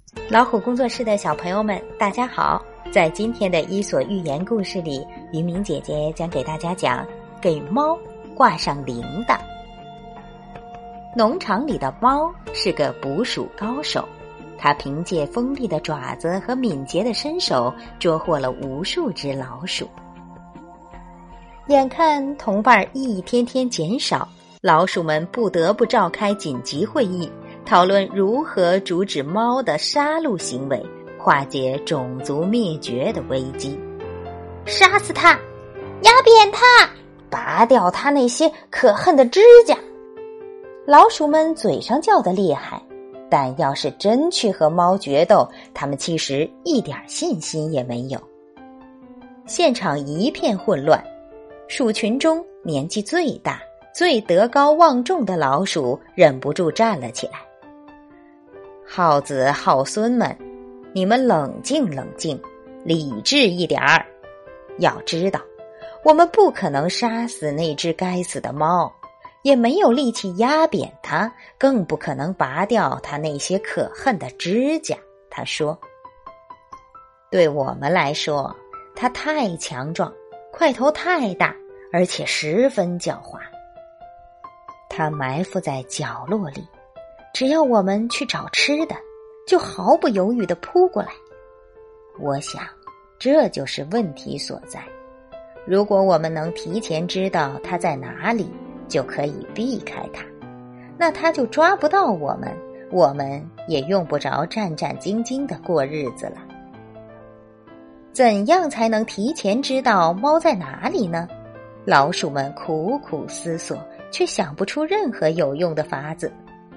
老虎工作室的小朋友们，大家好！在今天的伊索寓言故事里，于明姐姐将给大家讲给猫挂上铃铛。农场里的猫是个捕鼠高手，它凭借锋利的爪子和敏捷的身手，捉获了无数只老鼠。眼看同伴一天天减少，老鼠们不得不召开紧急会议，讨论如何阻止猫的杀戮行为，化解种族灭绝的危机。 杀死它，压扁它，拔掉它那些可恨的指甲。 老鼠们嘴上叫得厉害，但要是真去和猫决斗，它们其实一点信心也没有。现场一片混乱，鼠群中年纪最大、最德高望重的老鼠忍不住站了起来。耗子耗孙们，你们冷静冷静，理智一点儿。要知道，我们不可能杀死那只该死的猫，也没有力气压扁它，更不可能拔掉它那些可恨的指甲。他说，对我们来说，它太强壮，块头太大，而且十分狡猾。它埋伏在角落里，只要我们去找吃的，就毫不犹豫地扑过来。我想，这就是问题所在。如果我们能提前知道它在哪里，就可以避开它，那它就抓不到我们，我们也用不着战战兢兢地过日子了。怎样才能提前知道猫在哪里呢？老鼠们苦苦思索，却想不出任何有用的法子。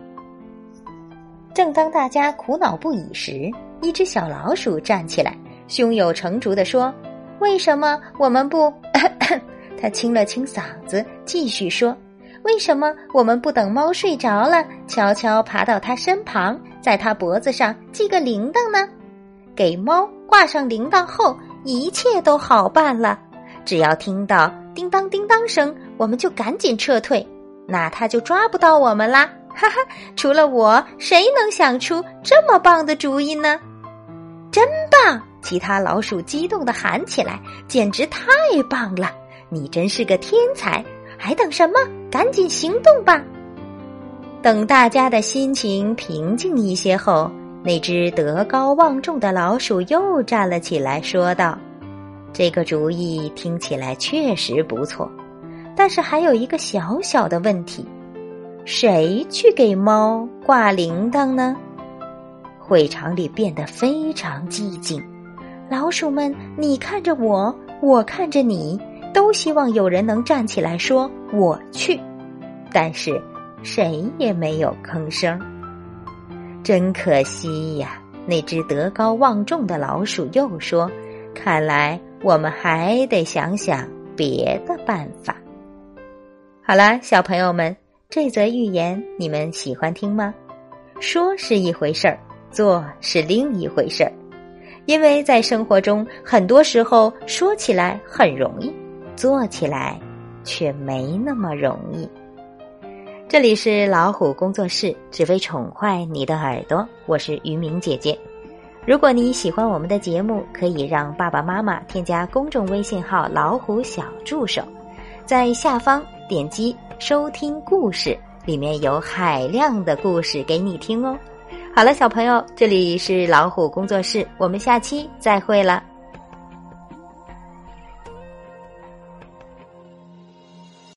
正当大家苦恼不已时，一只小老鼠站起来，胸有成竹地说，为什么我们不他清了清嗓子，继续说，为什么我们不等猫睡着了，悄悄爬到它身旁，在它脖子上系个铃铛呢？给猫挂上铃铛后，一切都好办了。只要听到叮当叮当声，我们就赶紧撤退，那它就抓不到我们啦。哈哈，除了我，谁能想出这么棒的主意呢？真棒！其他老鼠激动地喊起来，简直太棒了！你真是个天才，还等什么？赶紧行动吧！等大家的心情平静一些后，那只德高望重的老鼠又站了起来，说道，这个主意听起来确实不错，但是还有一个小小的问题，谁去给猫挂铃铛呢？会场里变得非常寂静，老鼠们你看着我，我看着你，都希望有人能站起来说我去，但是谁也没有吭声。真可惜呀，那只德高望重的老鼠又说，看来我们还得想想别的办法。好啦，小朋友们，这则寓言你们喜欢听吗？说是一回事儿，做是另一回事儿。因为在生活中，很多时候说起来很容易，做起来却没那么容易。这里是老虎工作室，只为宠坏你的耳朵，我是于明姐姐。如果你喜欢我们的节目，可以让爸爸妈妈添加公众微信号老虎小助手，在下方点击收听故事，里面有海量的故事给你听哦。好了，小朋友，这里是老虎工作室，我们下期再会了。